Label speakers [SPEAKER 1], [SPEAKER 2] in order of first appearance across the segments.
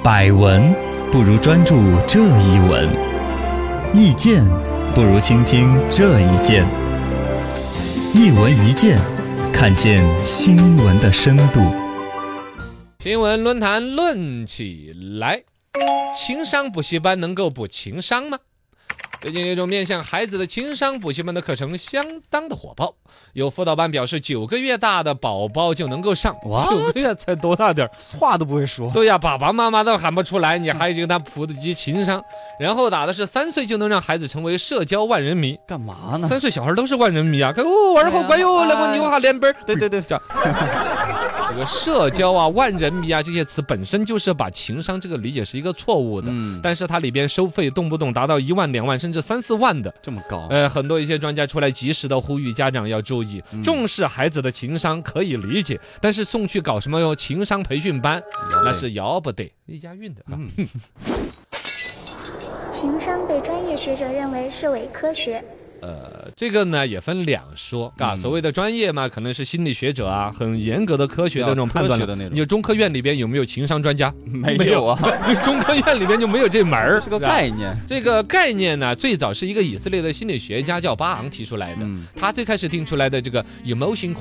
[SPEAKER 1] 百闻不如专注这一闻，意见不如倾听这一见。一闻一见，看见新闻的深度。
[SPEAKER 2] 新闻论坛论起来，情商补习班能够补情商吗？最近有一种面向孩子的情商补习班的课程相当的火爆，有辅导班表示9个月大的宝宝就能够上，9个月才多大点
[SPEAKER 3] 话都不会说。
[SPEAKER 2] 对呀，爸爸妈妈都喊不出来，你还给他普及情商。然后打的是3岁就能让孩子成为社交万人迷，
[SPEAKER 3] 干嘛呢？
[SPEAKER 2] 3岁小孩都是万人迷啊！看哦，玩好乖哟，来我扭下脸边。
[SPEAKER 3] 对，
[SPEAKER 2] 这样。这个社交啊、万人迷啊这些词本身就是把情商这个理解是一个错误的，但是它里边收费动不动达到1万、2万甚至3、4万的，
[SPEAKER 3] 这么高？
[SPEAKER 2] 很多一些专家出来及时的呼吁家长要注意，重视孩子的情商可以理解，但是送去搞什么情商培训班，那是要不得，押韵的啊。
[SPEAKER 4] 情商被专业学者认为是伪科学。
[SPEAKER 2] 这个呢也分两说啊，所谓的专业嘛，可能是心理学者啊，很严格的科学的那种判断的那种。你就中科院里边有没有情商专家？
[SPEAKER 3] 没有啊，
[SPEAKER 2] 中科院里边就没有这门儿，
[SPEAKER 3] 是个概念。
[SPEAKER 2] 这个概念呢，最早是一个以色列的心理学家叫巴昂提出来的。他最开始定出来的这个 emotion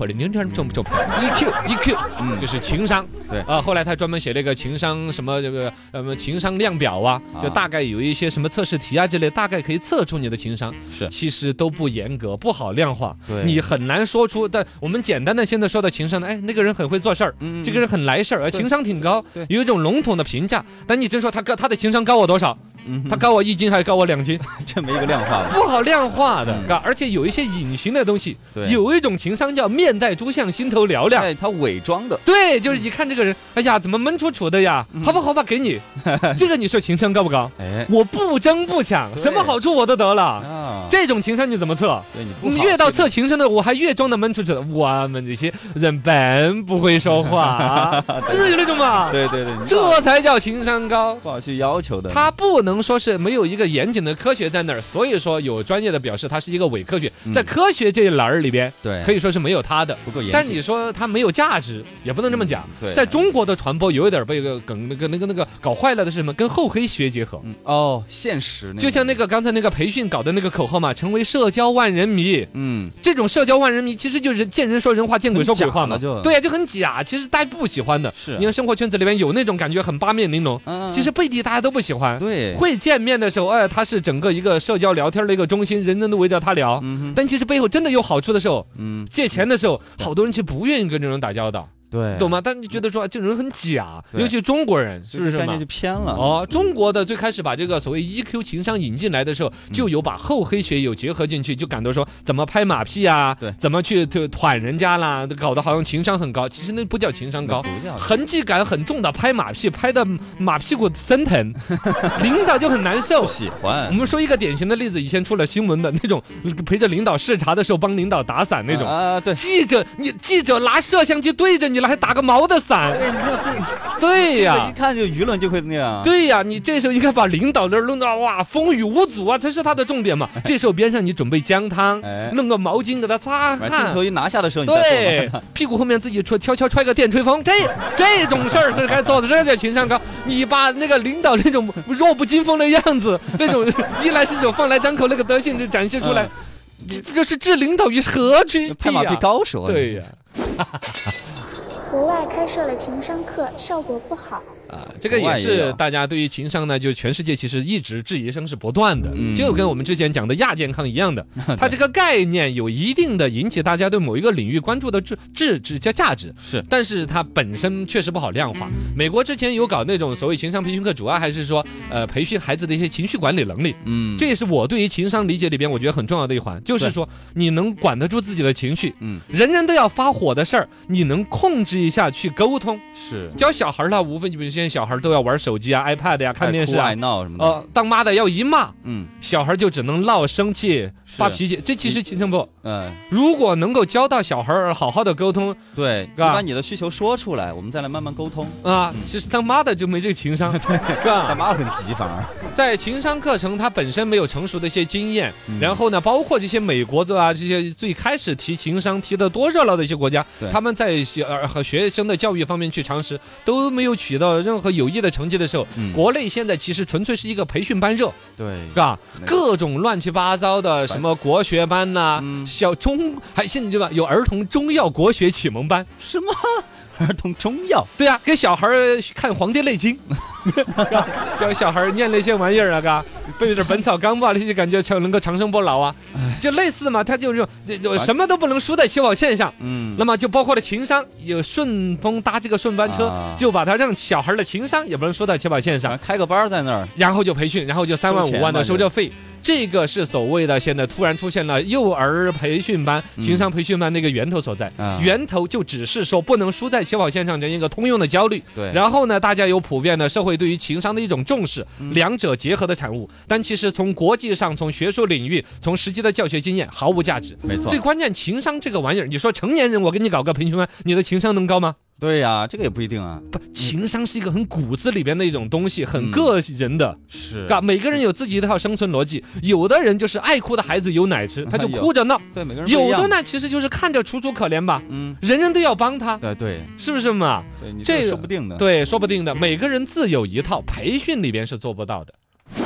[SPEAKER 2] EQ，就是情商。
[SPEAKER 3] 对
[SPEAKER 2] 啊，后来他专门写了一个情商什么这个情商量表啊，就大概有一些什么测试题啊之类，大概可以测出你的情商。
[SPEAKER 3] 是，
[SPEAKER 2] 其实都不严格，不好量化，
[SPEAKER 3] 对，
[SPEAKER 2] 你很难说出。但我们简单的现在说的情商呢，哎，那个人很会做事儿，这个人很来事儿，情商挺高，有一种笼统的评价。但你真说他的情商高我多少？他高我1斤还是高我2斤？
[SPEAKER 3] 这没一个量化的，
[SPEAKER 2] 不好量化的，而且有一些隐形的东西。有一种情商叫面带猪相，心头嘹亮，
[SPEAKER 3] 他伪装的。
[SPEAKER 2] 对，就是一看这个人，哎呀，怎么闷楚楚的呀？好吧，给你。这个你说情商高不高？哎，我不争不抢，什么好处我都得了。这种情商你怎么测？所以你越到测情商的，我还越装的闷楚楚的。我们这些人本不会说话，是不是有那种嘛？
[SPEAKER 3] 对，
[SPEAKER 2] 这才叫情商高，
[SPEAKER 3] 不好去要求的。
[SPEAKER 2] 他不能说是没有一个严谨的科学在那儿，所以说有专业的表示它是一个伪科学，在科学这一栏儿里边，对，可以说是没有它的，
[SPEAKER 3] 不够严谨。
[SPEAKER 2] 但你说它没有价值，也不能这么讲。在中国的传播有一点被个梗那个搞坏了的是什么？跟厚黑学结合。
[SPEAKER 3] 现实。就
[SPEAKER 2] 像那个刚才那个培训搞的那个口号嘛，成为社交万人迷。这种社交万人迷其实就是见人说人话，见鬼说鬼话嘛。对呀，就很假。其实大家不喜欢的。是，你看生活圈子里面有那种感觉很八面玲珑，其实背地大家都不喜欢。
[SPEAKER 3] 对，
[SPEAKER 2] 会见面的时候，哎，他是整个一个社交聊天的一个中心，人人都围着他聊。但其实背后真的有好处的时候，借钱的时候，好多人其实不愿意跟这种人打交道。对，懂吗？但你觉得说这种人很假，尤其中国人，是不是嘛？
[SPEAKER 3] 概念就偏了。
[SPEAKER 2] 中国的最开始把这个所谓 EQ 情商引进来的时候，就有把厚黑学有结合进去，就感到说怎么拍马屁啊，怎么去团人家啦，搞得好像情商很高，其实那不叫情商高，痕迹感很重的拍马屁，拍的马屁股生疼，领导就很难受。
[SPEAKER 3] 不喜欢。
[SPEAKER 2] 我们说一个典型的例子，以前出了新闻的那种，陪着领导视察的时候帮领导打伞那种
[SPEAKER 3] 对，
[SPEAKER 2] 记者拿摄像机对着你。还打个毛的伞，对呀，
[SPEAKER 3] 一看就舆论就会那样。
[SPEAKER 2] 对呀，你这时候应该把领导那儿弄到哇风雨无阻啊，才是他的重点嘛。这时候边上你准备姜汤，弄个毛巾给他擦汗。
[SPEAKER 3] 镜头一拿下的时候，
[SPEAKER 2] 对，屁股后面自己悄悄揣个电吹风，这种事儿是该做的，这叫情商高。你把那个领导那种弱不禁风的样子，那种衣来伸手饭来张口那个德性就展示出来，这是置领导于何之地啊？
[SPEAKER 3] 拍马屁高手啊！
[SPEAKER 2] 对呀。
[SPEAKER 4] 国外开设了情商课，效果不好。
[SPEAKER 2] 这个也是大家对于情商呢，就全世界其实一直质疑声是不断的，就跟我们之前讲的亚健康一样的，它这个概念有一定的引起大家对某一个领域关注的价值，是，但是它本身确实不好量化。美国之前有搞那种所谓情商培训课，主要还是说培训孩子的一些情绪管理能力，这也是我对于情商理解里边我觉得很重要的一环，就是说你能管得住自己的情绪，人人都要发火的事儿，你能控制一下去沟通。是，教小孩呢，无非你比如现在小孩都要玩手机啊、iPad 呀、看电视啊、
[SPEAKER 3] 爱闹什么的。
[SPEAKER 2] 当妈的要一骂，小孩就只能闹、生气、发脾气，这其实情商不。 如果能够教到小孩儿好好的沟通，
[SPEAKER 3] 对，你把你的需求说出来，我们再来慢慢沟通
[SPEAKER 2] 啊。其实他妈的就没这个情商，
[SPEAKER 3] 对，他妈很急，反而
[SPEAKER 2] 在情商课程它本身没有成熟的一些经验，然后呢，包括这些美国的这些最开始提情商提得多热闹的一些国家，他们在和学生的教育方面去尝试都没有取到任何有益的成绩的时候，国内现在其实纯粹是一个培训班热，
[SPEAKER 3] 对，
[SPEAKER 2] 是吧？各种乱七八糟的什么国学班呐，还现在对吧？有儿童中药国学启蒙班，
[SPEAKER 3] 什么儿童中药？
[SPEAKER 2] 对啊，给小孩看《黄帝内经》，教小孩念那些玩意儿啊，嘎，背点《本草纲目》啊，那些感觉能够长生不老啊，就类似嘛。他就什么都不能输在起跑线上，那么就包括了情商，有顺丰搭这个顺班车，就把他让小孩的情商也不能输在起跑线上，
[SPEAKER 3] 开个班在那儿，
[SPEAKER 2] 然后就培训，然后就3万5万的收这费。这个是所谓的现在突然出现了幼儿培训班、情商培训班那个源头所在，源头就只是说不能输在起跑线上这样一个通用的焦虑。
[SPEAKER 3] 对，
[SPEAKER 2] 然后呢，大家有普遍的社会对于情商的一种重视，两者结合的产物。但其实从国际上、从学术领域、从实际的教学经验毫无价值。
[SPEAKER 3] 没错，
[SPEAKER 2] 最关键情商这个玩意儿，你说成年人我给你搞个培训班，你的情商能高吗？
[SPEAKER 3] 对呀，这个也不一定啊。
[SPEAKER 2] 不，情商是一个很骨子里边的一种东西，很个人的，
[SPEAKER 3] 是，
[SPEAKER 2] 每个人有自己一套生存逻辑。有的人就是爱哭的孩子有奶吃，他就哭着闹。
[SPEAKER 3] 对，每个人不一样。
[SPEAKER 2] 有的呢，其实就是看着楚楚可怜吧，人人都要帮他。
[SPEAKER 3] 对，
[SPEAKER 2] 是不是嘛？
[SPEAKER 3] 这说不定的。
[SPEAKER 2] 对，说不定的。每个人自有一套，培训里边是做不到的。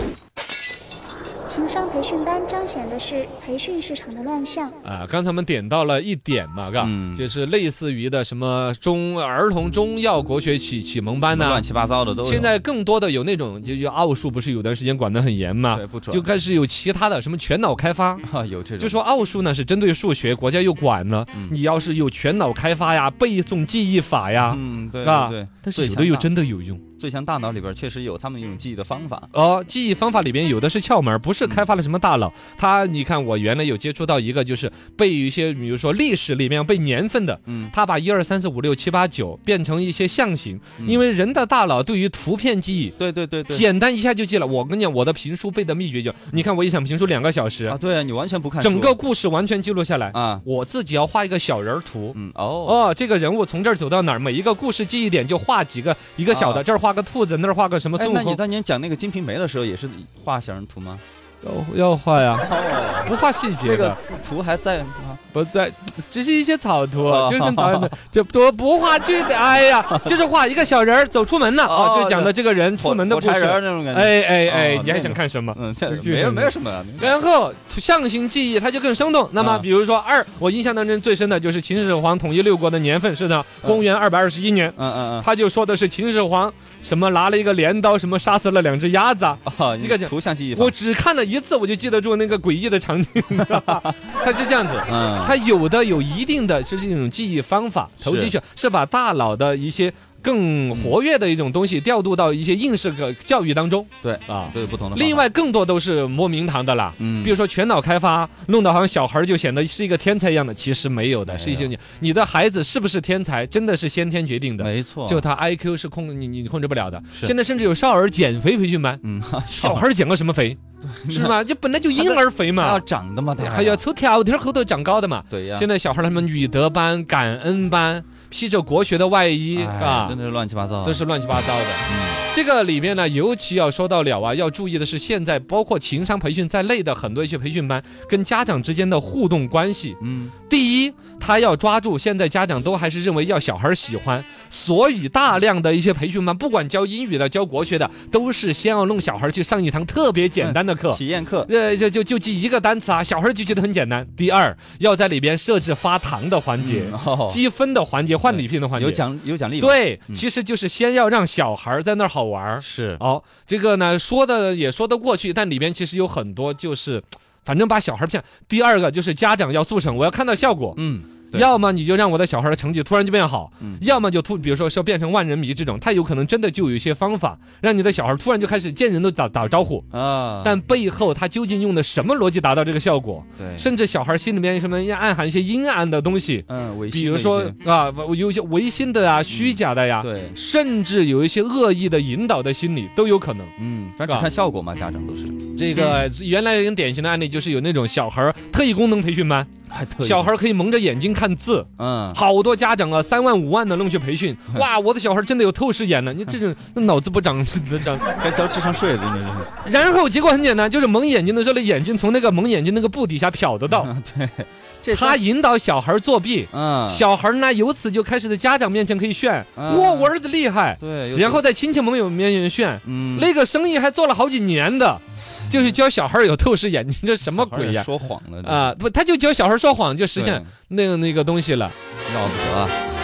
[SPEAKER 4] 情商培训班彰显的是培训市场的乱象
[SPEAKER 2] 啊！刚才我们点到了一点嘛，就是类似于的什么儿童中药国学启蒙班呐，
[SPEAKER 3] 乱七八糟的都有。
[SPEAKER 2] 现在更多的有那种就奥数不是有段时间管得很严嘛，
[SPEAKER 3] 对，不准，
[SPEAKER 2] 就开始有其他的什么全脑开发
[SPEAKER 3] 有这种，
[SPEAKER 2] 就说奥数呢是针对数学，国家又管了，你要是有全脑开发呀、背诵记忆法呀，
[SPEAKER 3] 对，
[SPEAKER 2] 但是有的又真的有用。
[SPEAKER 3] 最强大脑里边确实有他们一种记忆的方法
[SPEAKER 2] 记忆方法里边有的是窍门，不是开发了什么大脑。你看我原来有接触到一个，就是背一些，比如说历史里面背年份的，他把1、2、3、4、5、6、7、8、9变成一些象形，因为人的大脑对于图片记忆，
[SPEAKER 3] 对，
[SPEAKER 2] 简单一下就记了。我跟你讲，我的评书背的秘诀就，你看我一场评书2个小时
[SPEAKER 3] 啊，对啊，你完全不看书，
[SPEAKER 2] 整个故事完全记录下来
[SPEAKER 3] 啊，
[SPEAKER 2] 我自己要画一个小人图，这个人物从这儿走到哪儿，每一个故事记忆点就画一个小的，这儿画个兔子，那儿画个什么孙悟空。
[SPEAKER 3] 那你当年讲那个《金瓶梅》的时候，也是画小人图吗？
[SPEAKER 2] 要画呀，不画细节的。
[SPEAKER 3] 那个图还在吗？
[SPEAKER 2] 不在，只是一些草图，就跟导演的就不画具的。哎呀，就是画一个小人走出门了就讲的这个人出门的故事。
[SPEAKER 3] 那种感觉。
[SPEAKER 2] 哎，你还想看什么？
[SPEAKER 3] 没有什么。
[SPEAKER 2] 然后象形记忆它就更生动。那么比如说我印象当中最深的就是秦始皇统一6国的年份是的，公元221年。他就说的是秦始皇什么拿了一个镰刀，什么杀死了2只鸭子。这个
[SPEAKER 3] 图像记忆法，
[SPEAKER 2] 我只看了一次，我就记得住那个诡异的场景。他是这样子，它有一定的就是一种记忆方法，投进去是把大脑的一些更活跃的一种东西调度到一些应试的教育当中。
[SPEAKER 3] 对都有不同的。
[SPEAKER 2] 另外更多都是摸名堂的啦，比如说全脑开发，弄得好像小孩就显得是一个天才一样的，其实没有的，是一些你的孩子是不是天才，真的是先天决定的，
[SPEAKER 3] 没错，
[SPEAKER 2] 就他 IQ 是你控制不了的。现在甚至有少儿减肥培训班，小孩减个什么肥？是吧？就本来就婴儿肥嘛，
[SPEAKER 3] 要长的嘛，
[SPEAKER 2] 还要抽条条后头长高的嘛。
[SPEAKER 3] 对呀。
[SPEAKER 2] 现在小孩他们女德班、感恩班，披着国学的外衣
[SPEAKER 3] 真的是乱七八糟，
[SPEAKER 2] 都是乱七八糟的。这个里面呢，尤其要说到了要注意的是，现在包括情商培训在内的很多一些培训班跟家长之间的互动关系。第一，他要抓住现在家长都还是认为要小孩喜欢，所以大量的一些培训班，不管教英语的、教国学的，都是先要弄小孩去上一堂特别简单的课，
[SPEAKER 3] 体验课，
[SPEAKER 2] 就记一个单词小孩就觉得很简单。第二，要在里边设置发糖的环节、积分的环节、换礼品的环节，
[SPEAKER 3] 有奖励。
[SPEAKER 2] 对，其实就是先要让小孩在那儿好玩。
[SPEAKER 3] 是
[SPEAKER 2] 这个呢说得过去，但里边其实有很多就是。反正把小孩骗。第二个就是家长要速成，我要看到效果。 要么你就让我的小孩的成绩突然就变好，
[SPEAKER 3] 嗯
[SPEAKER 2] 要么就比如说变成万人迷这种，他有可能真的就有一些方法让你的小孩突然就开始见人都打招呼
[SPEAKER 3] 啊，
[SPEAKER 2] 但背后他究竟用的什么逻辑达到这个效果？
[SPEAKER 3] 对，
[SPEAKER 2] 甚至小孩心里面什么要暗含一些阴暗的东西，
[SPEAKER 3] 违心
[SPEAKER 2] 比如说啊，有一些违心的啊、虚假的呀，
[SPEAKER 3] 对，
[SPEAKER 2] 甚至有一些恶意的引导的心理都有可能。
[SPEAKER 3] 反正只看效果嘛，家长都是。
[SPEAKER 2] 这个原来很典型的案例就是有那种小孩特异功能培训班，小孩可以蒙着眼睛看字，好多家长啊3万5万的弄去培训，哇，我的小孩真的有透视眼了，你这种脑子不长
[SPEAKER 3] 该交智商税的那种。
[SPEAKER 2] 然后结果很简单，就是蒙眼睛的时候，那眼睛从那个蒙眼睛那个布底下瞟得到，
[SPEAKER 3] 对，
[SPEAKER 2] 他引导小孩作弊，小孩呢由此就开始在家长面前可以炫，哇，我儿子厉害，
[SPEAKER 3] 对，
[SPEAKER 2] 然后在亲戚朋友面前炫，那个生意还做了好几年的。就是教小孩有透视眼睛，这什么鬼呀？
[SPEAKER 3] 说谎了
[SPEAKER 2] 啊！不，他就教小孩说谎，就实现那个东西了。
[SPEAKER 3] 要不得啊！